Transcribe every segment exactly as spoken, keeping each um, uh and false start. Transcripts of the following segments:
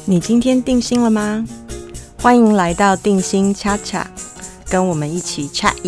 你今天定心了吗？欢迎来到定心恰恰，跟我们一起 chat 一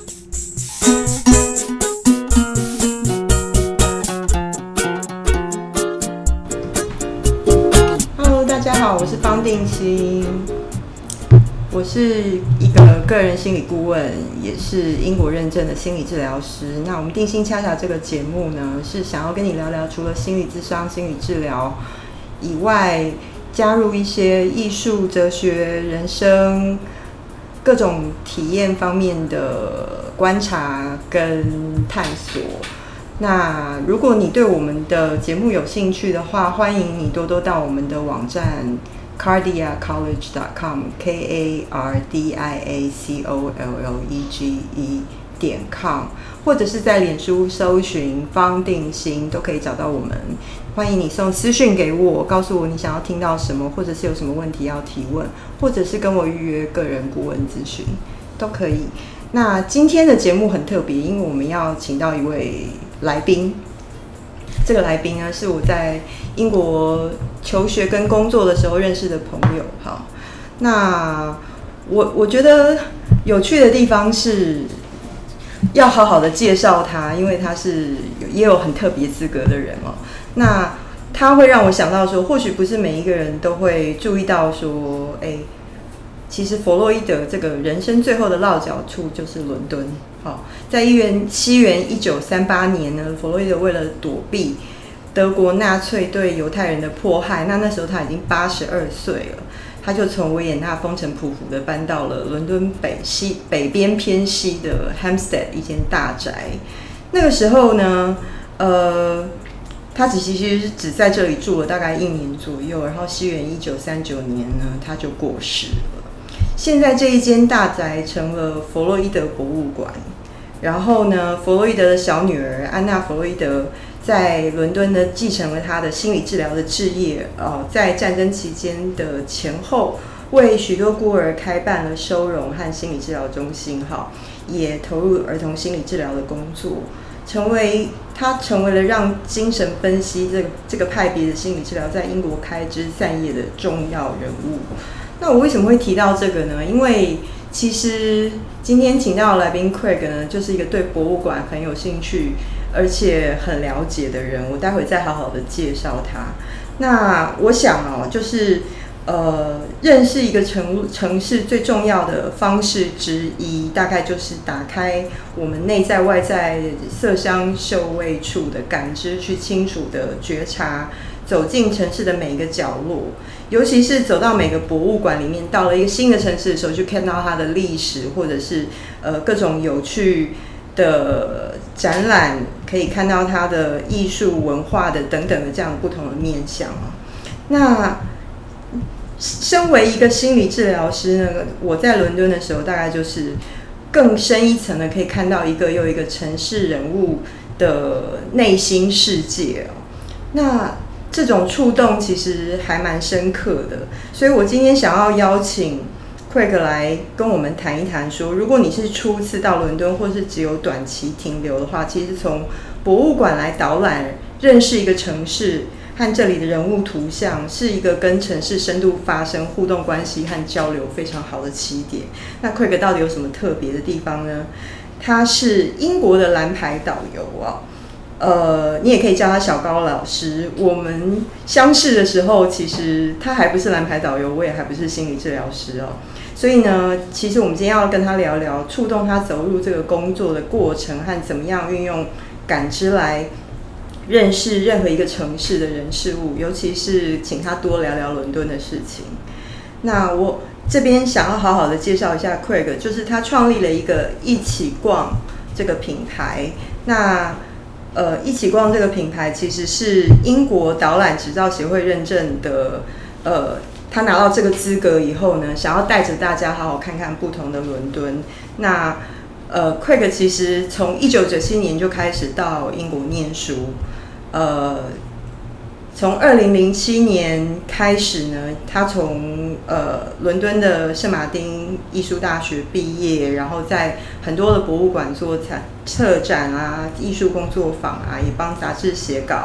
chat。Hello， 大家好，我是方定心，我是一个个人心理顾问，也是英国认证的心理治疗师。那我们定心恰恰这个节目呢，是想要跟你聊聊除了心理咨商、心理治疗以外，加入一些艺术、哲学、人生各种体验方面的观察跟探索。那如果你对我们的节目有兴趣的话，欢迎你多多到我们的网站 cardia college dot com K A R D I A C O L L E G E 点 com， 或者是在脸书搜寻方定心都可以找到我们。欢迎你送私讯给我，告诉我你想要听到什么，或者是有什么问题要提问，或者是跟我预约个人顾问咨询都可以。那今天的节目很特别，因为我们要请到一位来宾。这个来宾呢，是我在英国求学跟工作的时候认识的朋友。好，那我我觉得有趣的地方是要好好的介绍他，因为他是也有很特别资格的人哦。那他会让我想到说，或许不是每一个人都会注意到说，哎，其实弗洛伊德这个人生最后的落脚处就是伦敦。好，在西元一九三八年呢，弗洛伊德为了躲避德国纳粹对犹太人的迫害，那那时候他已经八十二岁了，他就从维也纳风尘仆仆的搬到了伦敦北西北边偏西的 Hampstead 一间大宅。那个时候呢，呃。他其实只在这里住了大概一年左右，然后西元一九三九年呢，他就过世了。现在这一间大宅成了弗洛伊德博物馆。然后呢，弗洛伊德的小女儿安娜·弗洛伊德在伦敦呢继承了他的心理治疗的志业，呃，在战争期间的前后，为许多孤儿开办了收容和心理治疗中心，哈，也投入儿童心理治疗的工作。成为他成为了让精神分析这个这个派别的心理治疗在英国开枝散叶的重要人物。那我为什么会提到这个呢？因为其实今天请到的来宾 Craig 呢，就是一个对博物馆很有兴趣而且很了解的人。我待会再好好的介绍他。那我想哦，就是呃，认识一个城城市最重要的方式之一，大概就是打开我们内在外在色香嗅味触的感知，去清楚的觉察，走进城市的每一个角落，尤其是走到每个博物馆里面，到了一个新的城市的时候，去看到它的历史，或者是呃各种有趣的展览，可以看到它的艺术文化的等等的这样不同的面向啊。那身为一个心理治疗师呢，我在伦敦的时候，大概就是更深一层的，可以看到一个又一个城市人物的内心世界哦。那这种触动其实还蛮深刻的，所以我今天想要邀请 Craig 来跟我们谈一谈说，如果你是初次到伦敦，或是只有短期停留的话，其实从博物馆来导览认识一个城市和这里的人物图像，是一个跟城市深度发生互动关系和交流非常好的起点。那 Craig 到底有什么特别的地方呢？他是英国的蓝牌导游啊，呃，你也可以叫他小高老师。我们相识的时候，其实他还不是蓝牌导游，我也还不是心理治疗师哦。所以呢，其实我们今天要跟他聊聊触动他走入这个工作的过程，和怎么样运用感知来认识任何一个城市的人事物，尤其是请他多聊聊伦敦的事情。那我这边想要好好的介绍一下 Craig， 就是他创立了一个一起逛这个品牌。那呃，一起逛这个品牌其实是英国导览执照协会认证的，呃，他拿到这个资格以后呢，想要带着大家好好看看不同的伦敦。那呃 ，Craig 其实从一九九七年就开始到英国念书。呃，从二零零七年开始呢，他从呃伦敦的圣马丁艺术大学毕业，然后在很多的博物馆做策展啊、艺术工作坊啊，也帮杂志写稿。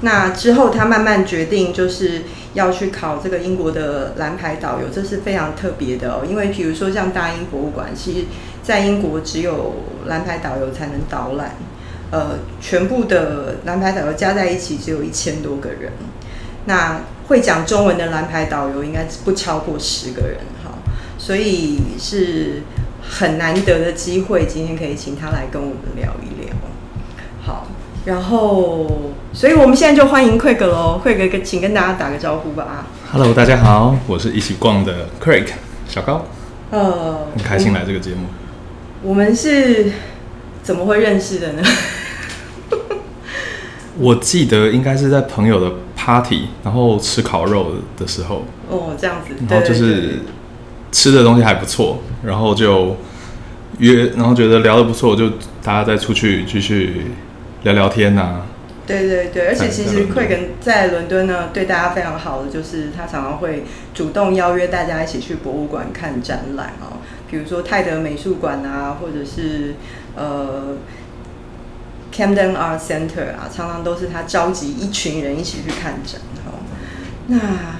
那之后他慢慢决定就是要去考这个英国的蓝牌导游，这是非常特别的哦。因为比如说像大英博物馆，其实在英国只有蓝牌导游才能导览，呃，全部的蓝牌导游加在一起只有一千多个人。那会讲中文的蓝牌导游应该不超过十个人哈，所以是很难得的机会，今天可以请他来跟我们聊一聊。好，然后，所以我们现在就欢迎 Craig 咯 ，Craig 请跟大家打个招呼吧。 Hello， 大家好，我是一起逛的 Craig 小高， 呃， 很开心来这个节目。 我们是怎么会认识的呢？ 我记得应该是在朋友的 party， 然后吃烤肉的时候。 哦，这样子。 然后就是吃的东西还不错，然后就约，然后觉得聊得不错，就大家再出去继续聊聊天啊。 对对对，而且其实 Craig 在伦敦呢，对大家非常好的就是他常常会主动邀约大家一起去博物馆看展览哦，比如说泰德美术馆啊，或者是呃。Camden Art Center 啊，常常都是他召集一群人一起去看展。哦、那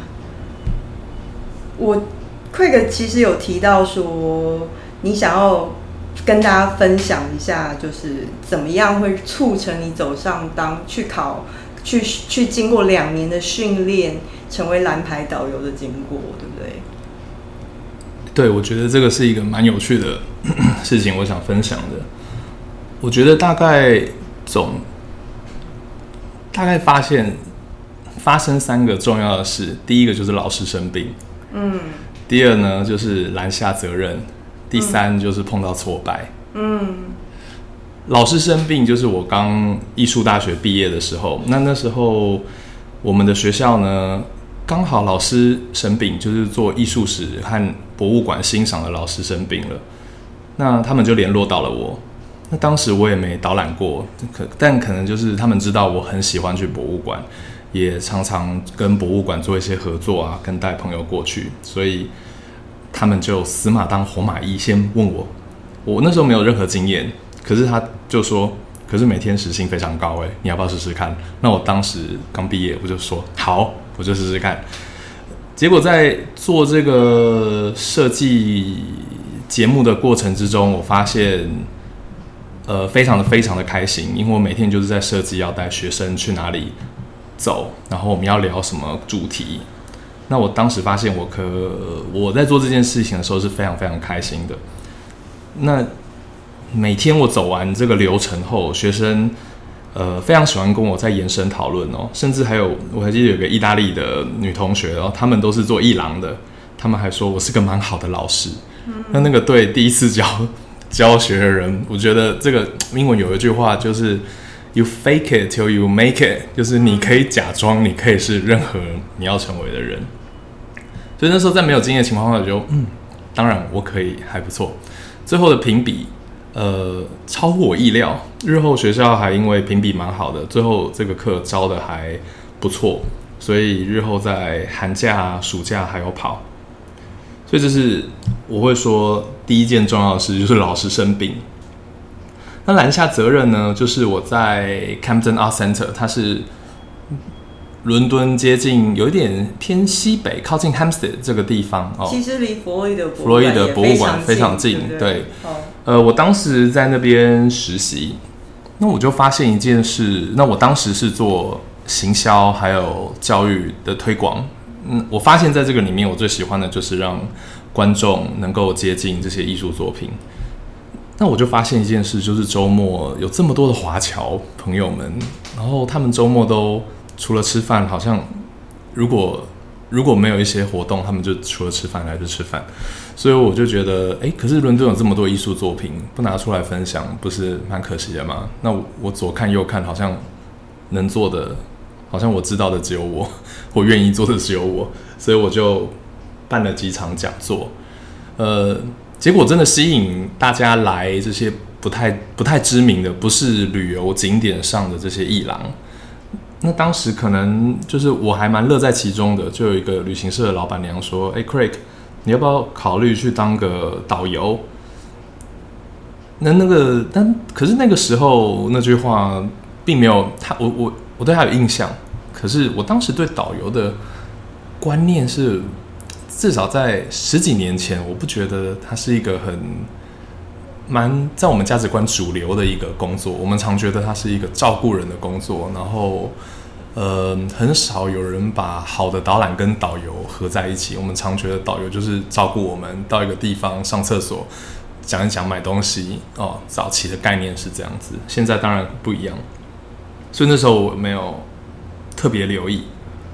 我 Craig 其实有提到说，你想要跟大家分享一下，就是怎么样会促成你走上当去考去去经过两年的训练，成为蓝牌导游的经过，对不对？ 对，我觉得这个是一个蛮有趣的事情，我想分享的。我觉得大概总大概发现发生三个重要的事，第一个就是老师生病，嗯，第二呢就是揽下责任，第三就是碰到挫败，嗯，老师生病就是我刚艺术大学毕业的时候，那那时候我们的学校呢刚好老师生病，就是做艺术史和博物馆欣赏的老师生病了，那他们就联络到了我。那当时我也没导览过，可但可能就是他们知道我很喜欢去博物馆，也常常跟博物馆做一些合作啊，跟带朋友过去，所以他们就死马当活马医，先问我，我那时候没有任何经验，可是他就说，可是每天时薪非常高哎，你要不要试试看？那我当时刚毕业，我就说好，我就试试看。结果在做这个设计节目的过程之中，我发现。呃，非常的非常的开心，因为我每天就是在设计要带学生去哪里走，然后我们要聊什么主题。那我当时发现我可我在做这件事情的时候是非常非常开心的。那每天我走完这个流程后，学生呃非常喜欢跟我在延伸讨论哦，甚至还有我还记得有个意大利的女同学哦，他们都是做艺廊的，他们还说我是个蛮好的老师。嗯、那那个对第一次教。教学的人，我觉得这个英文有一句话就是 "You fake it till you make it"， 就是你可以假装，你可以是任何你要成为的人。所以那时候在没有经验的情况下，我就嗯，当然我可以，还不错。最后的评比，呃，超乎我意料。日后学校还因为评比蛮好的，最后这个课招的还不错，所以日后在寒假、暑假还有跑。所以这是我会说第一件重要的事，就是老师生病。那揽下责任呢，就是我在 Camden Art Center， 它是伦敦接近有一点偏西北，靠近 Hampstead 这个地方哦。 其实离弗洛伊德弗洛伊德博物馆非常近，对。对哦、呃，我当时在那边实习，那我就发现一件事，那我当时是做行销还有教育的推广。嗯，我发现在这个里面，我最喜欢的就是让观众能够接近这些艺术作品。那我就发现一件事，就是周末有这么多的华侨朋友们，然后他们周末都除了吃饭，好像如果如果没有一些活动，他们就除了吃饭来就吃饭。所以我就觉得，哎，可是伦敦有这么多艺术作品，不拿出来分享，不是蛮可惜的吗？那 我, 我左看右看，好像能做的。好像我知道的只有我，我愿意做的只有我，所以我就办了几场讲座，呃，结果真的吸引大家来这些不太不太知名的，不是旅游景点上的这些艺廊。那当时可能就是我还蛮乐在其中的，就有一个旅行社的老板娘说：“哎 ，Craig， 你要不要考虑去当个导游？”那那个，但可是那个时候那句话并没有他，我我我对他有印象， 可是我当时对导游的观念是，至少在十几年前，我不觉得它是一个很蛮在我们价值观主流的一个工作。我们常觉得它是一个照顾人的工作，然后呃，很少有人把好的导览跟导游合在一起。我们常觉得导游就是照顾我们到一个地方上厕所，讲一讲买东西哦。早期的概念是这样子，现在当然不一样。所以那时候我没有特别留意，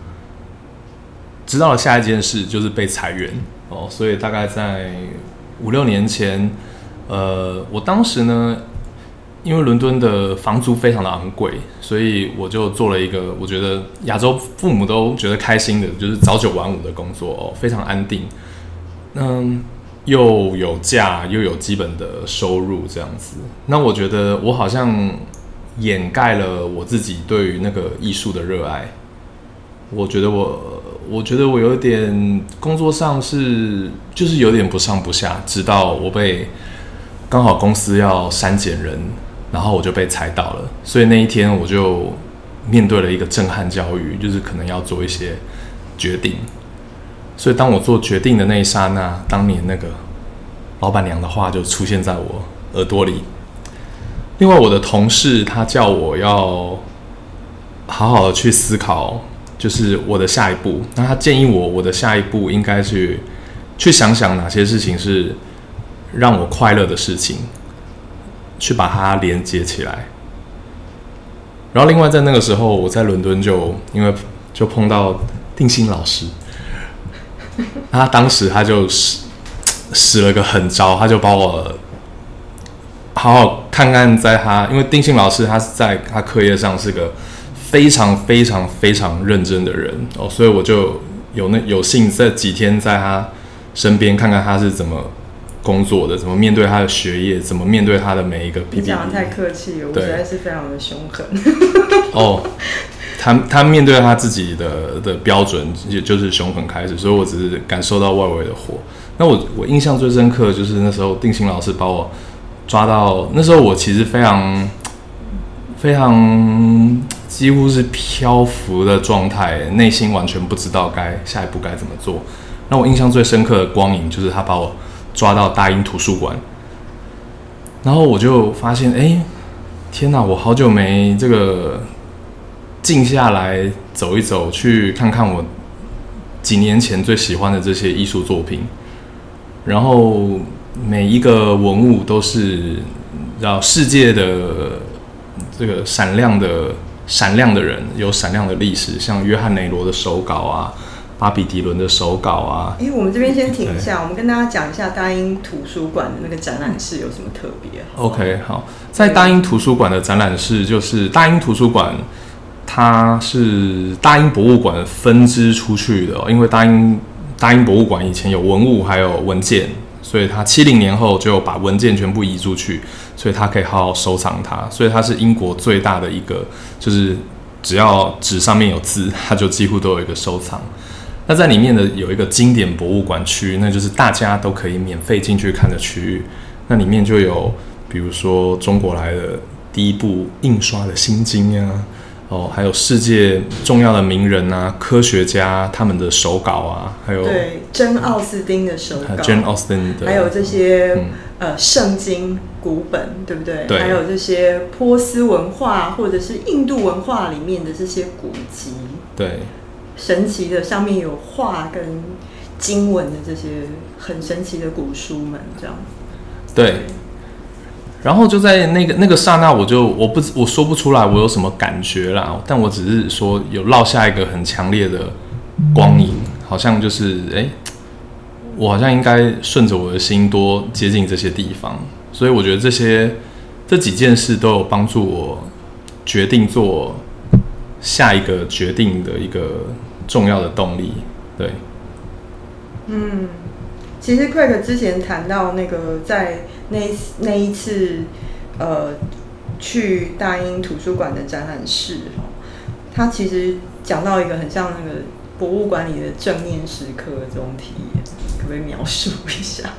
直到了下一件事就是被裁员哦。所以大概在五六年前，呃，我当时呢，因为伦敦的房租非常的昂贵，所以我就做了一个我觉得亚洲父母都觉得开心的，就是早九晚五的工作哦，非常安定，嗯，又有假又有基本的收入这样子。那我觉得我好像掩盖了我自己对于那个艺术的热爱。我觉得我，我觉得我有点工作上是就是有点不上不下，直到我被刚好公司要删减人，然后我就被裁到了。所以那一天我就面对了一个震撼教育，就是可能要做一些决定。所以当我做决定的那一刹那，当年那个老板娘的话就出现在我耳朵里。另外，我的同事他叫我要好好的去思考，就是我的下一步。那他建议我，我的下一步应该去去想想哪些事情是让我快乐的事情，去把它连接起来。然后，另外在那个时候，我在伦敦就因为就碰到定心老师，他当时他就使使了个狠招，他就把我好好看看，在他，因为定心老师他是在他课业上是个非常非常非常认真的人哦，所以我就有那有幸这几天在他身边看看他是怎么工作的，怎么面对他的学业，怎么面对他的每一个 P P T。 你讲得太客气了，我实在是非常的凶狠。 哦，他他面对他自己的的标准，也就是凶狠开始，所以我只是感受到外围的火。那我我印象最深刻的就是那时候定心老师把我抓到，那时候我其实非常非常几乎是漂浮的状态，内心完全不知道该下一步该怎么做。那我印象最深刻的光影就是他把我抓到大英图书馆，然后我就发现，哎，天哪，我好久没这个静下来走一走，去看看我几年前最喜欢的这些艺术作品，然后每一个文物都是让世界的这个闪亮的闪亮的人，有闪亮的历史，像约翰内罗的手稿啊，巴比迪伦的手稿啊。 哎，我们这边先停一下，我们跟大家讲一下大英图书馆的那个展览室有什么特别。 OK， 好，在大英图书馆的展览室，就是大英图书馆，它是大英博物馆分支出去的，因为大英大英博物馆以前有文物还有文件，所以它七零年后就把文件全部移出去，所以它可以好好收藏它。所以它是英国最大的一个，就是只要纸上面有字，它就几乎都有一个收藏。那在里面的有一个经典博物馆区，那就是大家都可以免费进去看的区域。那里面就有，比如说中国来的第一部印刷的《心经》啊，哦，还有世界重要的名人啊、科学家他们的手稿啊，还有对珍奥斯汀的手稿 ，Jane Austen 的， 还有这些、 嗯、 呃圣经古本，对不对？ 对， 还有这些波斯文化或者是印度文化里面的这些古籍， 对。 神奇的，上面有画跟经文的这些很神奇的古书们，这样子。 对。然后就在那个那个刹那，我就我不我说不出来我有什么感觉啦，但我只是说有落下一个很强烈的光影，好像就是哎，我好像应该顺着我的心多接近这些地方，所以我觉得这些这几件事都有帮助我决定做下一个决定的一个重要的动力。对， 嗯，其实 Craig 之前谈到那个在那一那一次呃去大英图书馆的展览室，他其实讲到一个很像那个博物馆里的正念时刻的这种体验，可不可以描述一下？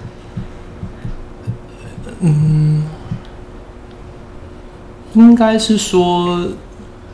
嗯，应该是说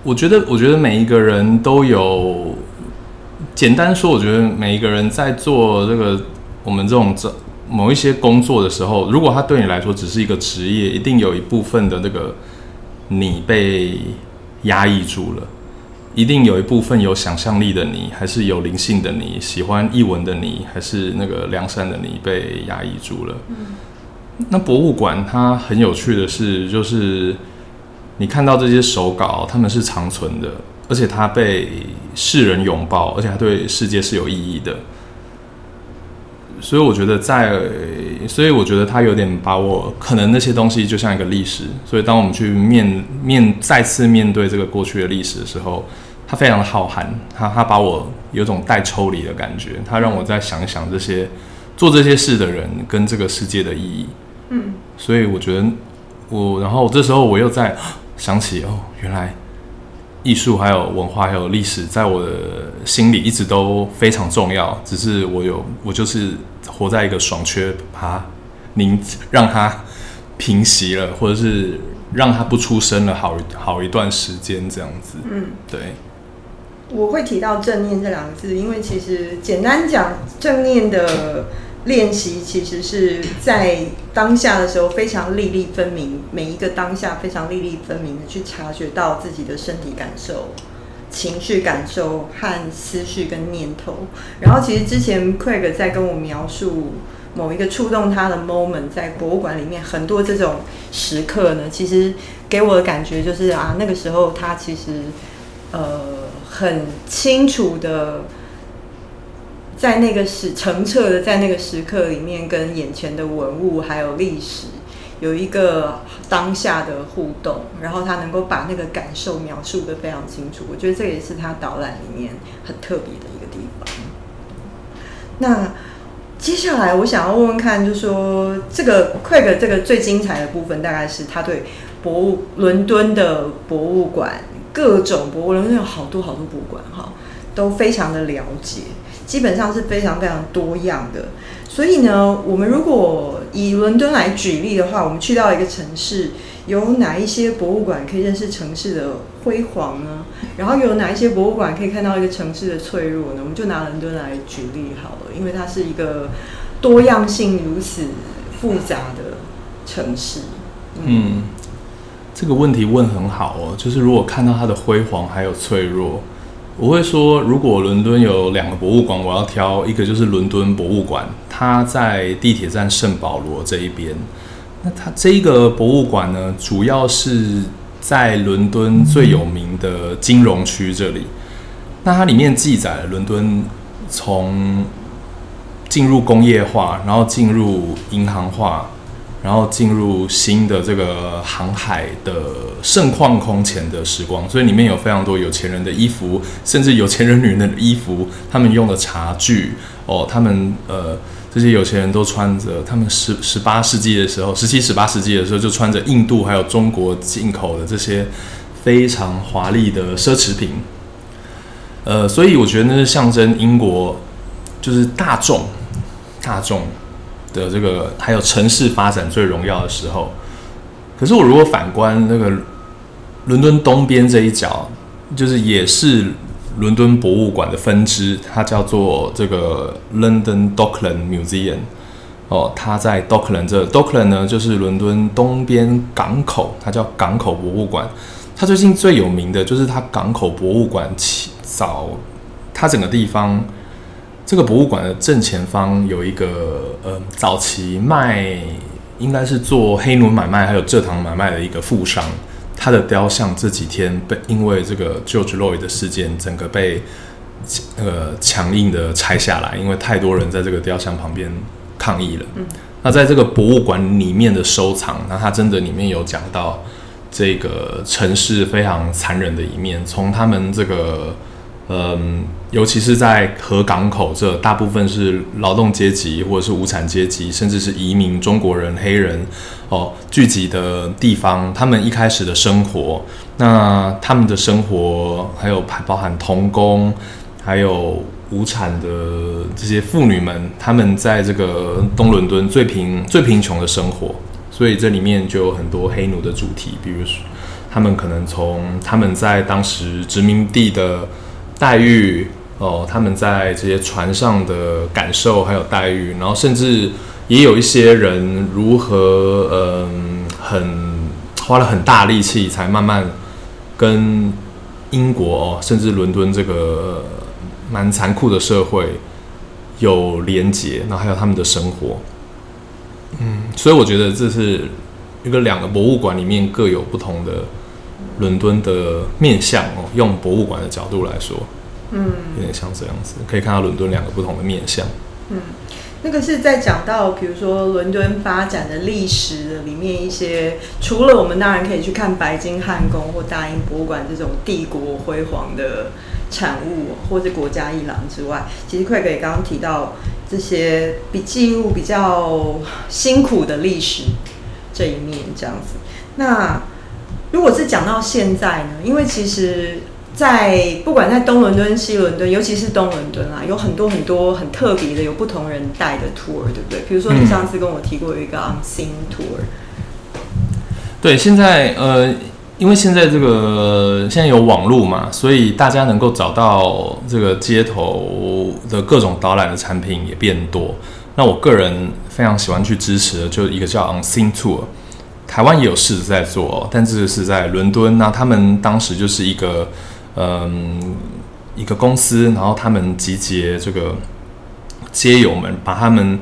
我觉得，我觉得每一个人都有，简单说，我觉得每一个人在做这个我们这种某一些工作的时候，如果他对你来说只是一个职业，一定有一部分的那个你被压抑住了，一定有一部分有想象力的你，还是有灵性的你，喜欢艺文的你，还是那个良善的你被压抑住了。嗯，那博物馆它很有趣的是，就是你看到这些手稿，他们是长存的，而且它被世人拥抱，而且它对世界是有意义的。所以我觉得在，所以我觉得他有点把我可能那些东西就像一个历史，所以当我们去面面再次面对这个过去的历史的时候，它非常的浩瀚，它它把我有种带抽离的感觉，它让我再想一想这些做这些事的人跟这个世界的意义。嗯，所以我觉得我，然后这时候我又在想起哦，原来艺术还有文化还有历史在我的心里一直都非常重要，只是我有我就是活在一个爽缺，把它凝让它平息了，或者是让它不出声了好好一段时间这样子。嗯，对。 我会提到正念这两个字，因为其实简单讲，正念的练习其实是在当下的时候非常粒粒分明，每一个当下非常粒粒分明的去察觉到自己的身体感受、情绪感受和思绪跟念头。然后其实之前 Craig 在跟我描述某一个触动他的 moment， 在博物馆里面很多这种时刻呢，其实给我的感觉就是啊，那个时候他其实呃很清楚的在那个时澄澈的在那个时刻里面，跟眼前的文物还有历史有一个当下的互动，然后他能够把那个感受描述得非常清楚。我觉得这也是他导览里面很特别的一个地方。那接下来我想要问问看，就是说这个 Craig 这个最精彩的部分，大概是他对博物伦敦的博物馆，各种博物馆，伦敦有好多好多博物馆哈，都非常的了解。基本上是非常非常多样的，所以呢，我们如果以伦敦来举例的话，我们去到一个城市，有哪一些博物馆可以认识城市的辉煌呢？然后有哪一些博物馆可以看到一个城市的脆弱呢？我们就拿伦敦来举例好了，因为它是一个多样性如此复杂的城市。嗯， 嗯这个问题问很好哦，就是如果看到它的辉煌还有脆弱。我会说，如果伦敦有两个博物馆，我要挑一个，就是伦敦博物馆，它在地铁站圣保罗这一边。那它这一个博物馆呢，主要是在伦敦最有名的金融区这里。那它里面记载了伦敦从进入工业化，然后进入银行化，然后进入新的这个航海的盛况空前的时光，所以里面有非常多有钱人的衣服，甚至有钱人女人的衣服，他们用的茶具哦，他们呃这些有钱人都穿着，他们十十八世纪的时候，十七十八世纪的时候就穿着印度还有中国进口的这些非常华丽的奢侈品，呃，所以我觉得那是象征英国就是大众大众。的这个还有城市发展最荣耀的时候，可是我如果反观那个伦敦东边这一角，就是也是伦敦博物馆的分支，它叫做这个 London Dockland Museum。哦，它在 Dockland 这 Dockland 呢，就是伦敦东边港口，它叫港口博物馆。它最近最有名的就是它港口博物馆早，它整个地方。这个博物馆的正前方有一个呃，早期卖应该是做黑奴买卖还有蔗糖买卖的一个富商，他的雕像这几天被因为这个 George Floyd 的事件，整个被呃强硬的拆下来，因为太多人在这个雕像旁边抗议了。嗯、那在这个博物馆里面的收藏，那它真的里面有讲到这个城市非常残忍的一面，从他们这个。嗯，尤其是在河港口这，大部分是劳动阶级或者是无产阶级，甚至是移民中国人、黑人哦聚集的地方。他们一开始的生活，那他们的生活还有包含童工，还有无产的这些妇女们，他们在这个东伦敦最贫最贫穷的生活。所以这里面就有很多黑奴的主题，比如说他们可能从他们在当时殖民地的待遇哦，他们在这些船上的感受还有待遇，然后甚至也有一些人如何嗯很花了很大力气才慢慢跟英国哦，甚至伦敦这个蛮残酷的社会有连结，然后还有他们的生活。嗯，所以我觉得这是一个两个博物馆里面各有不同的伦敦的面向哦，用博物馆的角度来说，嗯，有点像这样子，可以看到伦敦两个不同的面向。 嗯，那个是在讲到比如说伦敦发展的历史的里面一些，除了我们当然可以去看白金汉宫或大英博物馆这种帝国辉煌的产物或者国家艺廊之外，其实 Craig 也刚刚提到这些比记录比较辛苦的历史这一面这样子。那如果是讲到现在呢，因为其实在不管在东伦敦西伦敦，尤其是东伦敦啊，有很多很多很特别的有不同人带的 tour， 对不对？比如说你上次跟我提过有一个 unseen tour。 对，现在呃因为现在这个现在有网络嘛，所以大家能够找到这个街头的各种导览的产品也变多。那我个人非常喜欢去支持的，就一个叫 Unseen Tour， 台湾也有试着在做，但这个是在伦敦。那他们当时就是一个嗯一个公司，然后他们集结这个街友们，把他们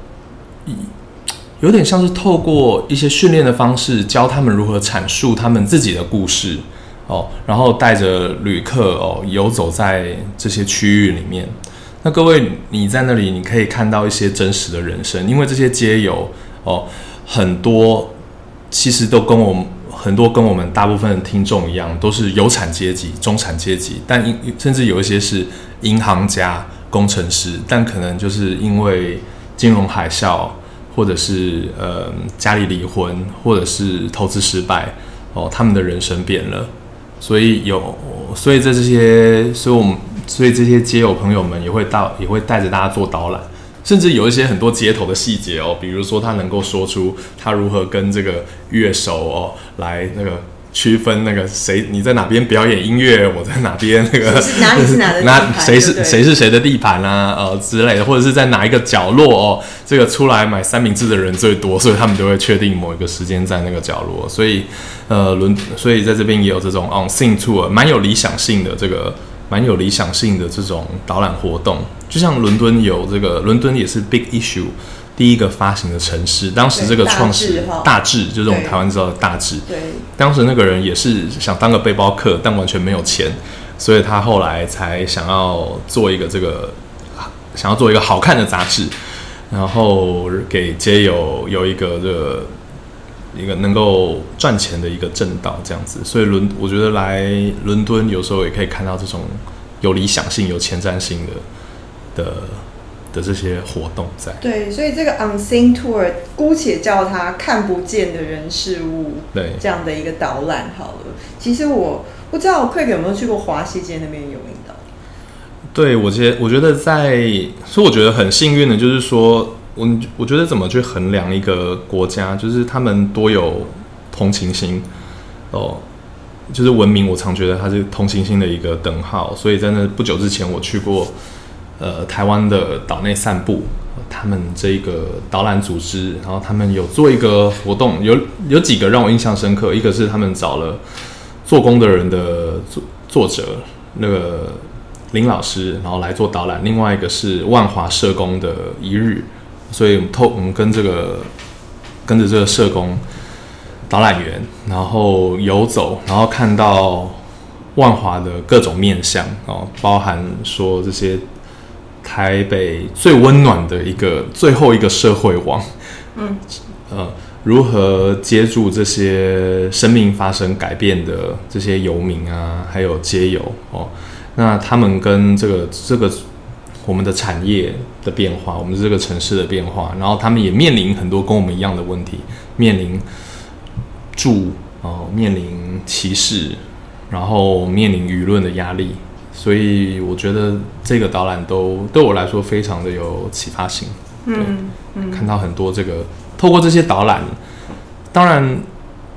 有点像是透过一些训练的方式，教他们如何阐述他们自己的故事哦，然后带着旅客哦游走在这些区域里面。那各位，你在那里你可以看到一些真实的人生，因为这些街友哦，很多其实都跟我们很多跟我们大部分的听众一样，都是有产阶级、中产阶级，但甚至有一些是银行家、工程师，但可能就是因为金融海啸。或者是呃家里离婚，或者是投资失败，哦，他们的人生变了，所以有，所以在这些，所以我们，所以这些街友朋友们也会到，也会带着大家做导览，甚至有一些很多街头的细节哦，比如说他能够说出他如何跟这个乐手哦来那个区分那个谁你在哪边表演音乐，我在哪边那个是哪里是哪的地盘， 谁是谁是谁的地盘啊，呃之类的，或者是在哪一个角落哦，这个出来买三明治的人最多，所以他们都会确定某一个时间在那个角落，所以呃伦，所以在这边也有这种 unseen tour， 蛮有理想性的这个。蛮有理想性的这种导览活动，就像伦敦有这个，伦敦也是 Big Issue 第一个发行的城市。当时这个创始大志，就是我们台湾知道的大志。对，当时那个人也是想当个背包客，但完全没有钱，所以他后来才想要做一个这个，想要做一个好看的杂志，然后给街友有一个这个。一个能够赚钱的一个正道，这样子，所以伦，我觉得来伦敦有时候也可以看到这种有理想性、有前瞻性的的的这些活动在。 对，所以这个 unseen tour 姑且叫它看不见的人事物，对这样的一个导览好了。其实我不知道 Craig 有没有去过华西街那边有引导？对， 我觉得我觉得在，所以我觉得很幸运的，就是说。我我觉得怎么去衡量一个国家，就是他们多有同情心哦，就是文明。我常觉得它是同情心的一个等号。所以在那不久之前，我去过呃台湾的岛内散步，他们这个导览组织，然后他们有做一个活动，有有几个让我印象深刻。一个是他们找了做工的人的作作者那个林老师，然后来做导览；另外一个是万华社工的一日。所以透我们跟这个跟着这个社工导览员，然后游走，然后看到万华的各种面向哦，包含说这些台北最温暖的一个最后一个社会网，嗯，呃，如何接住这些生命发生改变的这些游民啊，还有街友哦，那他们跟这个这个。我们的产业的变化，我们这个城市的变化，然后他们也面临很多跟我们一样的问题，面临住哦，面临歧视，然后面临舆论的压力，所以我觉得这个导览都对我来说非常的有启发性。嗯嗯，看到很多这个透过这些导览，当然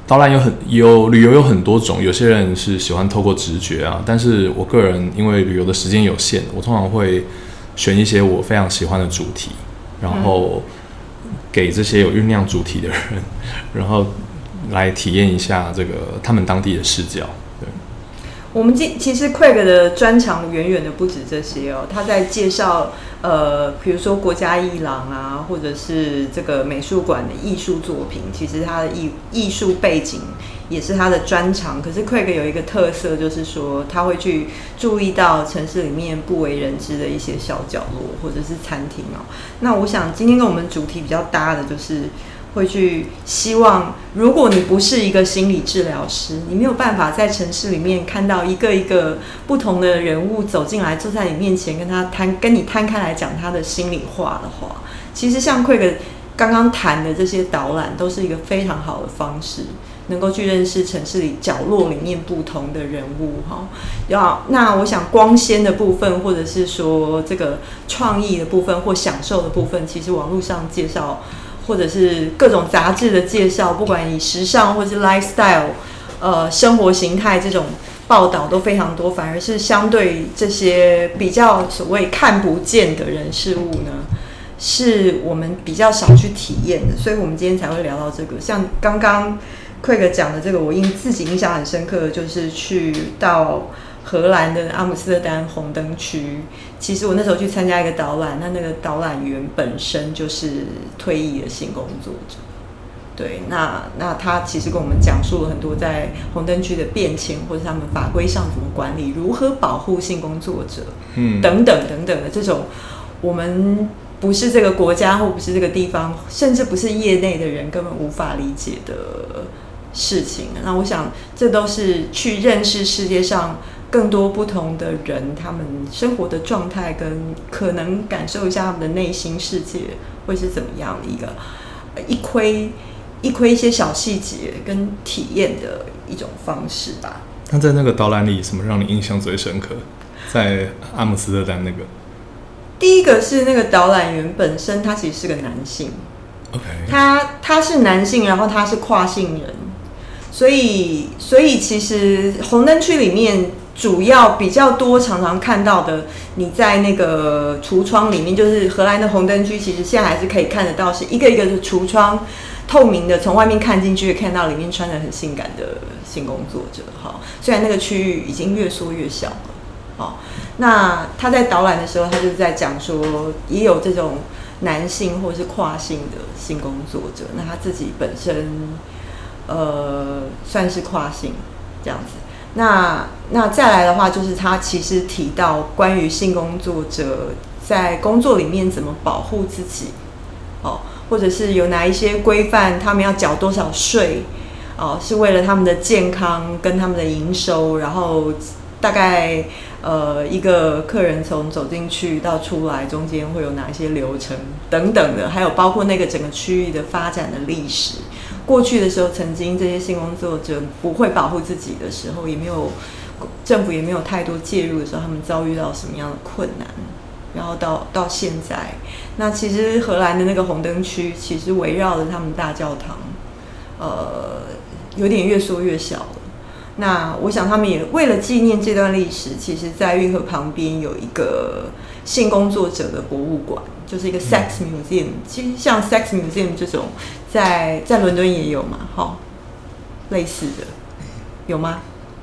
导览有很有旅游有很多种，有些人是喜欢透过直觉啊，但是我个人因为旅游的时间有限，我通常会选一些我非常喜欢的主题，然后给这些有酝酿主题的人，然后来体验一下这个他们当地的视角。对， 我们其实 Craig 的专长远远的不止这些哦，他在介绍呃，比如说国家艺廊啊，或者是这个美术馆的艺术作品，其实他的艺艺术背景也是他的专长。可是 Craig 有一个特色，就是说他会去注意到城市里面不为人知的一些小角落或者是餐厅哦。那我想今天跟我们主题比较搭的就是会去希望，如果你不是一个心理治疗师，你没有办法在城市里面看到一个一个不同的人物走进来，坐在你面前，跟他摊，跟你摊开来讲他的心里话的话，其实像 Craig 刚刚谈的这些导览，都是一个非常好的方式，能够去认识城市里角落里面不同的人物哈。要那我想光鲜的部分，或者是说这个创意的部分或享受的部分，其实网络上介绍，或者是各种杂志的介绍，不管以时尚或是 lifestyle， 呃，生活形态这种报道都非常多，反而是相对这些比较所谓看不见的人事物呢，是我们比较少去体验的，所以我们今天才会聊到这个。像刚刚 Craig 讲的这个，我因自己印象很深刻的就是去到荷兰的阿姆斯特丹红灯区，其实我那时候去参加一个导览，那那个导览员本身就是退役的性工作者，对，那那他其实跟我们讲述了很多在红灯区的变迁，或者他们法规上怎么管理，如何保护性工作者，嗯，等等等等的这种，我们不是这个国家或不是这个地方，甚至不是业内的人根本无法理解的事情。那我想，这都是去认识世界上更多不同的人，他们生活的状态，跟可能感受一下他们的内心世界会是怎么样的一个一窥一窥一些小细节跟体验的一种方式吧。 那在那个导览里，什么让你印象最深刻？在阿姆斯特丹那个， 第一个是那个导览员本身，他其实是个男性。 OK， 他他是男性，然后他是跨性人，所以所以其实红灯区里面主要比较多常常看到的，你在那个橱窗里面，就是荷兰的红灯区，其实现在还是可以看得到，是一个一个的橱窗，透明的，从外面看进去，看到里面穿得很性感的性工作者。哈，虽然那个区域已经越缩越小了。好，那他在导览的时候，他就在讲说，也有这种男性或是跨性的性工作者，那他自己本身呃算是跨性这样子。那那再来的话，就是他其实提到关于性工作者在工作里面怎么保护自己，哦，或者是有哪一些规范，他们要缴多少税，哦，是为了他们的健康跟他们的营收，然后大概呃一个客人从走进去到出来中间会有哪一些流程等等的，还有包括那个整个区域的发展的历史。过去的时候，曾经这些性工作者不会保护自己的时候，也没有政府也没有太多介入的时候，他们遭遇到什么样的困难？然后到到现在，那其实荷兰的那个红灯区，其实围绕着他们大教堂，呃，有点越缩越小了。那我想他们也为了纪念这段历史，其实在运河旁边有一个性工作者的博物馆，就是一个 sex museum。其实像 sex museum 这种，在在伦敦也有嘛，哈，类似的有吗？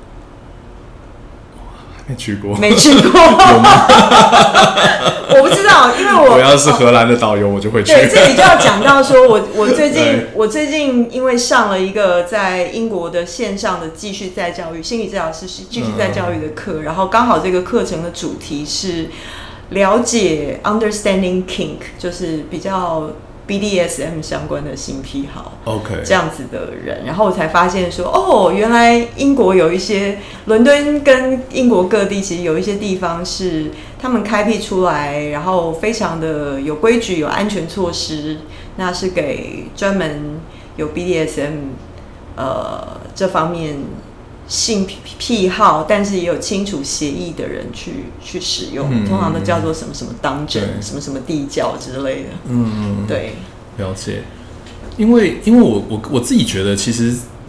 没去过， 没去过， 有吗？ 我不知道，因为我我要是荷兰的导游，我就会去。 对，这里就要讲到说，我我最近我最近因为上了一个在英国的线上的继续再教育心理治疗师继续再教育的课，嗯、然后刚好这个课程的主题是了解 understanding kink， 就是比较B D S M 相关的性癖好 ，OK， 这样子的人，然后我才发现说，哦，原来英国有一些伦敦跟英国各地其实有一些地方是他们开辟出来，然后非常的有规矩、有安全措施，那是给专门有 B D S M 呃这方面性癖好，但是也有清楚协议的人去去使用，嗯、通常都叫做什么什么当真、什么什么地教之类的。嗯，对， 了解。因为因为我我我自己觉得，其实，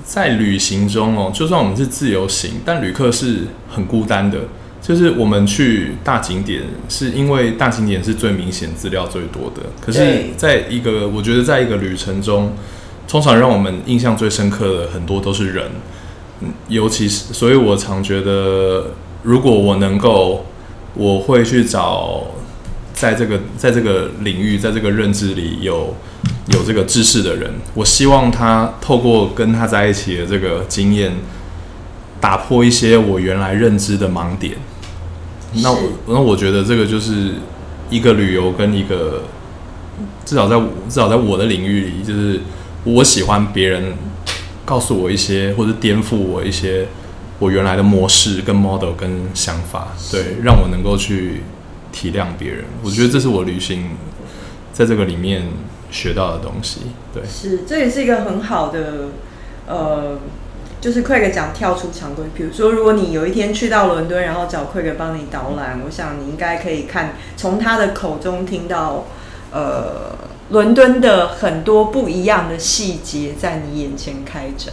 在旅行中哦，就算我们是自由行，但旅客是很孤单的。就是我们去大景点，是因为大景点是最明显、资料最多的。可是，在一个我觉得，在一个旅程中，通常让我们印象最深刻的很多都是人，嗯，尤其是，所以我常觉得，如果我能够，我会去找在这个在这个领域，在这个认知里有有这个知识的人，我希望他透过跟他在一起的这个经验，打破一些我原来认知的盲点。那我那我觉得这个就是一个旅游跟一个至少在至少在我的领域里，就是我喜欢别人告诉我一些或者颠覆我一些我原来的模式跟 model 跟想法，对，让我能够去体谅别人。我觉得这是我旅行在这个里面学到的东西。对， 是，这也是一个很好的呃。就是 Craig 讲跳出常规，比如说，如果你有一天去到伦敦，然后找 Craig 帮你导览，我想你应该可以看从他的口中听到，呃，伦敦的很多不一样的细节在你眼前开展，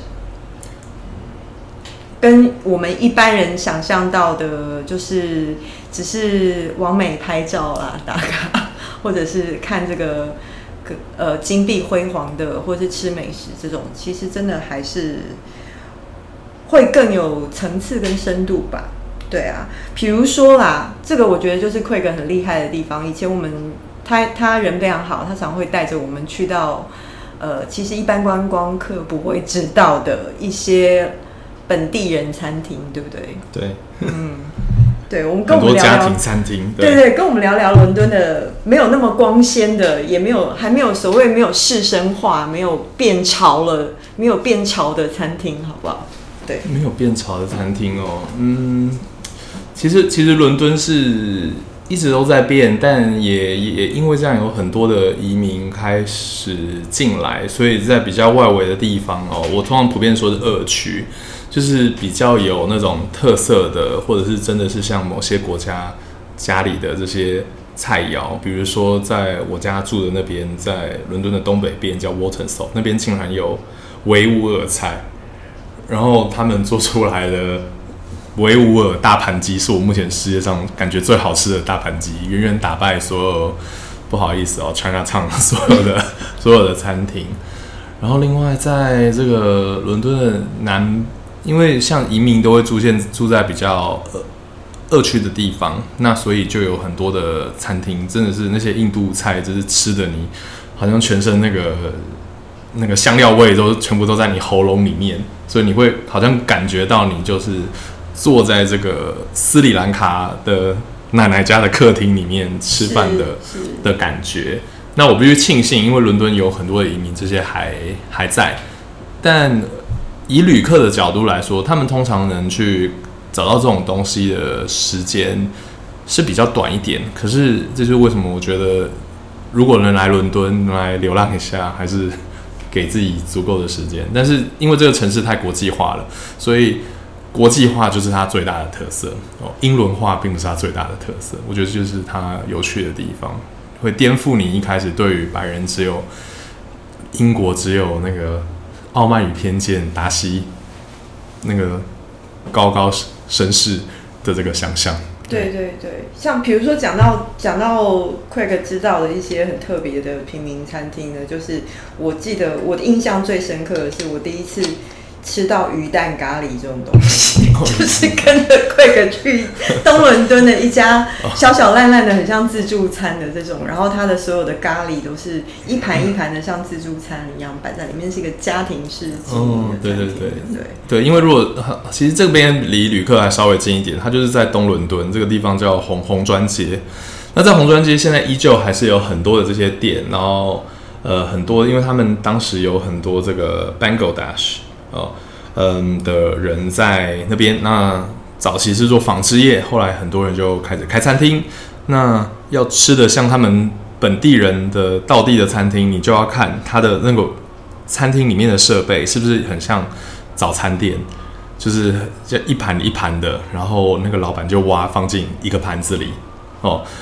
跟我们一般人想象到的，就是只是往美拍照啦、打卡，或者是看这个呃金碧辉煌的，或是吃美食这种，其实真的还是会更有层次跟深度吧。对啊，比如说啦，这个我觉得就是 Craig 很厉害的地方。以前我们他他人非常好，他常会带着我们去到呃，其实一般观光客不会知道的一些本地人餐厅，对不对？ 对， 嗯，对，我们跟我们聊聊很多家庭餐厅， 对 对, 对，跟我们聊聊伦敦的没有那么光鲜的，也没有还没有所谓没有仕绅化，没有变潮了，没有变潮的餐厅，好不好？对， 没有变潮的餐厅哦，嗯，其实其实伦敦是一直都在变，但也也因为这样有很多的移民开始进来，所以在比较外围的地方哦，我通常普遍说是二区，就是比较有那种特色的，或者是真的是像某些国家家里的这些菜肴，比如说在我家住的那边，在伦敦的东北边叫 Walthamstow， 那边竟然有维吾尔菜。然后他们做出来的维吾尔大盘鸡是我目前世界上感觉最好吃的大盘鸡，远远打败所有不好意思哦 Chinatown 所有的所有的餐厅。然后另外在这个伦敦的南，因为像移民都会出现住在比较恶区的地方，那所以就有很多的餐厅，真的是那些印度菜，就是吃的你好像全身那个那个香料味都全部都在你喉咙里面，所以你会好像感觉到你就是坐在这个斯里兰卡的奶奶家的客厅里面吃饭的的感觉。那我必须庆幸，因为伦敦有很多的移民，这些还还在。但以旅客的角度来说，他们通常能去找到这种东西的时间是比较短一点。可是这就是为什么我觉得，如果能来伦敦来流浪一下，还是给自己足够的时间。但是因为这个城市太国际化了，所以国际化就是它最大的特色哦。英伦化并不是它最大的特色，我觉得就是它有趣的地方，会颠覆你一开始对于白人只有英国只有那个傲慢与偏见达西那个高高绅士的这个想象。 对对对，像比如说讲到讲到 Craig 知道的一些很特别的平民餐厅呢，就是我记得我的印象最深刻的是我第一次吃到鱼蛋咖喱这种东西，就是跟着 Craig 去东伦敦的一家小小烂烂的很像自助餐的这种，然后它的所有的咖喱都是一盘一盘的像自助餐一样摆在里面，是一个家庭式经营的餐厅。对对对对对，因为如果其实这边离旅客还稍微近一点，它就是在东伦敦这个地方叫红红砖街。那在红砖街现在依旧还是有很多的这些店，然后呃很多，因为他们当时有很多这个 Bangladesh。哦，嗯的人在那边，那早期是做纺织业，后来很多人就开始开餐厅。那要吃的像他们本地人的道地的餐厅，你就要看他的那个餐厅里面的设备是不是很像早餐店，就是一盘一盘的，然后那个老板就挖放进一个盘子里。哦，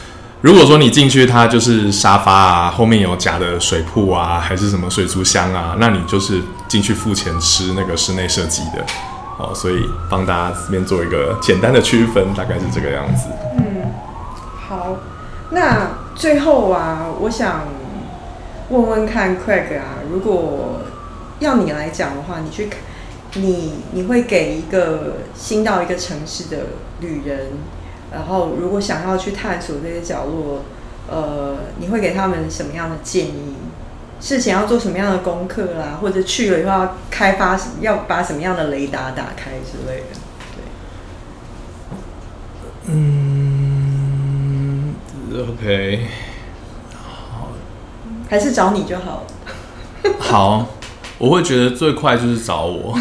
如果说你进去，它就是沙发啊，后面有假的水铺啊，还是什么水族箱啊，那你就是进去付钱吃那个室内设计的哦。所以帮大家这边做一个简单的区分，大概是这个样子。 嗯，好，那最后啊，我想问问看 Craig 啊，如果要你来讲的话，你去你你会给一个新到一个城市的旅人，然后如果想要去探索这些角落，呃，你会给他们什么样的建议？事前要做什么样的功课啦，或者去了以后要开发，要把什么样的雷达打开之类的？ 对，嗯 ，OK， 好， 还是找你就好了。 好。我会觉得最快就是找我，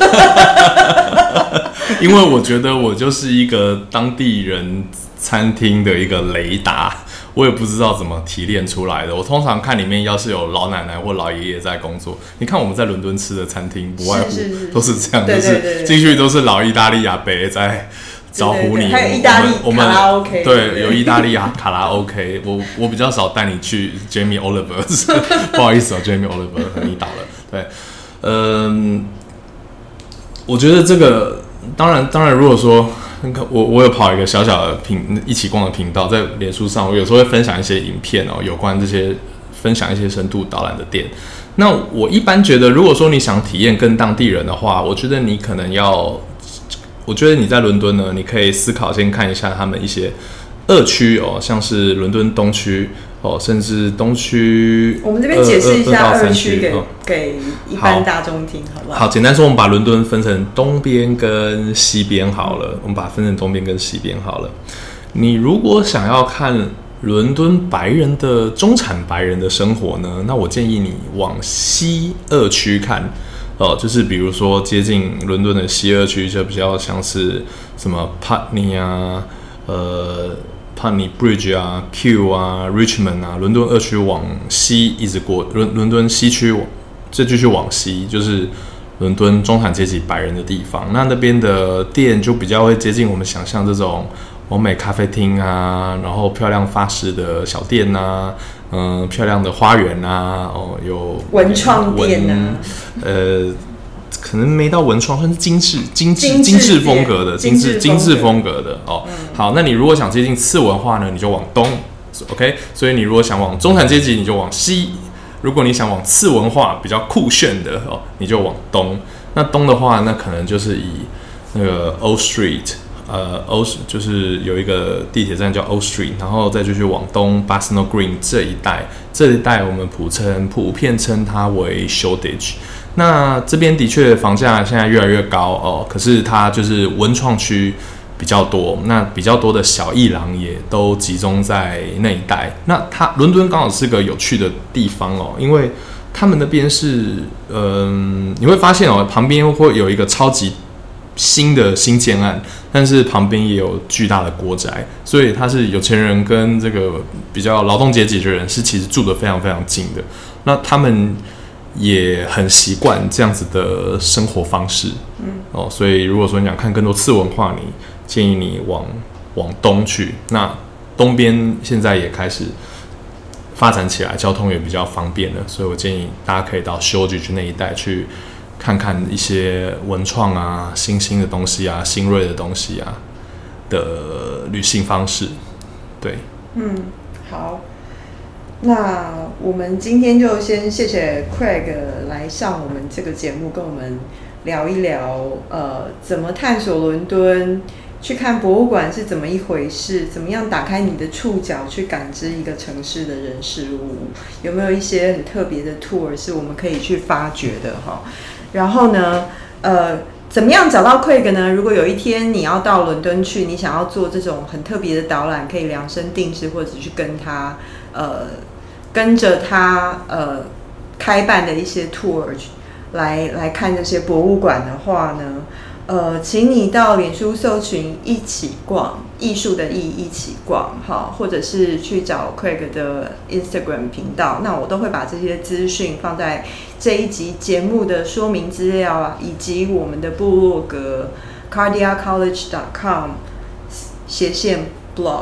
因为我觉得我就是一个当地人餐厅的一个雷达，我也不知道怎么提炼出来的。我通常看里面要是有老奶奶或老爷爷在工作，你看我们在伦敦吃的餐厅，不外乎都是这样，就是进去都是老意大利阿伯在招呼你， 还有意大利卡拉 OK， 对，有意大利卡拉 OK 我。我比较少带你去 Jamie Oliver， 不好意思哦 ，Jamie Oliver 你倒了。对，嗯，我觉得这个当然，当然，如果说我我有跑一个小小的频一起逛的频道，在脸书上，我有时候会分享一些影片哦，有关这些分享一些深度导览的店。那我一般觉得，如果说你想体验跟当地人的话，我觉得你可能要。我觉得你在伦敦呢，你可以思考先看一下他们一些二区哦，像是伦敦东区哦，甚至东区。 我们这边解释一下二区给、哦、给一般大众听，好不好？ 好，简单说，我们把伦敦分成东边跟西边好了。我们把它分成东边跟西边好了。你如果想要看伦敦白人的中产白人的生活呢，那我建议你往西二区看。哦，就是比如说接近伦敦的西二区，就比较像是什么 Putney 啊、呃 Putney Bridge 啊、Q 啊、Richmond 啊，伦敦二区往西一直过，伦伦敦西区这继续往西，就是伦敦中产阶级白人的地方。那那边的店就比较会接近我们想象这种完美咖啡厅啊，然后漂亮法式的小店啊。嗯，漂亮的花园啊，哦，有文创店啊， 呃，可能没到文创，算是精致、精致、精致风格的，精致、精致风格的哦。嗯、好，那你如果想接近次文化呢，你就往东 ，OK。所以你如果想往中产阶级，你就往西；如果你想往次文化比较酷炫的哦，你就往东。那东的话，那可能就是以那个 Old Street。呃 ，O 就是有一个地铁站叫 Old Street， 然后再继续往东 Bethnal Green 这一带，这一带我们普称普遍称它为 Shoreditch。那这边的确房价现在越来越高哦，可是它就是文创区比较多，那比较多的小艺廊也都集中在那一带。那它伦敦刚好是个有趣的地方哦，因为他们那边是，嗯、呃，你会发现哦，旁边会有一个超级新的新建案，但是旁边也有巨大的国宅，所以它是有钱人跟这个比较劳动阶级的人是其实住得非常非常近的。那他们也很习惯这样子的生活方式，嗯，哦，所以如果说你想看更多次文化，你建议你往往东去。那东边现在也开始发展起来，交通也比较方便了，所以我建议大家可以到 Shoreditch 那一带去。看看一些文创啊、新兴的东西啊、新锐的东西啊的旅行方式，对， 嗯，好，那我们今天就先谢谢 Craig 来上我们这个节目，跟我们聊一聊，呃，怎么探索伦敦，去看博物馆是怎么一回事，怎么样打开你的触角去感知一个城市的人事物，有没有一些很特别的 tour 是我们可以去发掘的哈？然后呢，呃，怎么样找到 Craig 呢？如果有一天你要到伦敦去，你想要做这种很特别的导览，可以量身定制，或者去跟他，呃，跟着他呃开办的一些 tour 来来看这些博物馆的话呢，呃，请你到脸书搜寻一起逛，艺术的艺一起逛哈，或者是去找 Craig 的 Instagram 频道，那我都会把这些资讯放在这一集节目的说明资料啊，以及我们的部落格 cardia college dot com 斜线 blog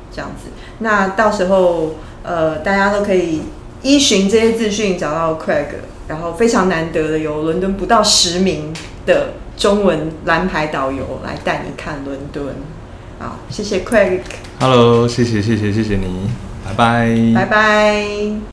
这样子。那到时候呃，大家都可以依循这些资讯找到 Craig， 然后非常难得的有伦敦不到十名的中文蓝牌导游来带你看伦敦。好，谢谢 Craig。 Hello， 谢谢谢谢谢谢你，拜拜， 拜拜。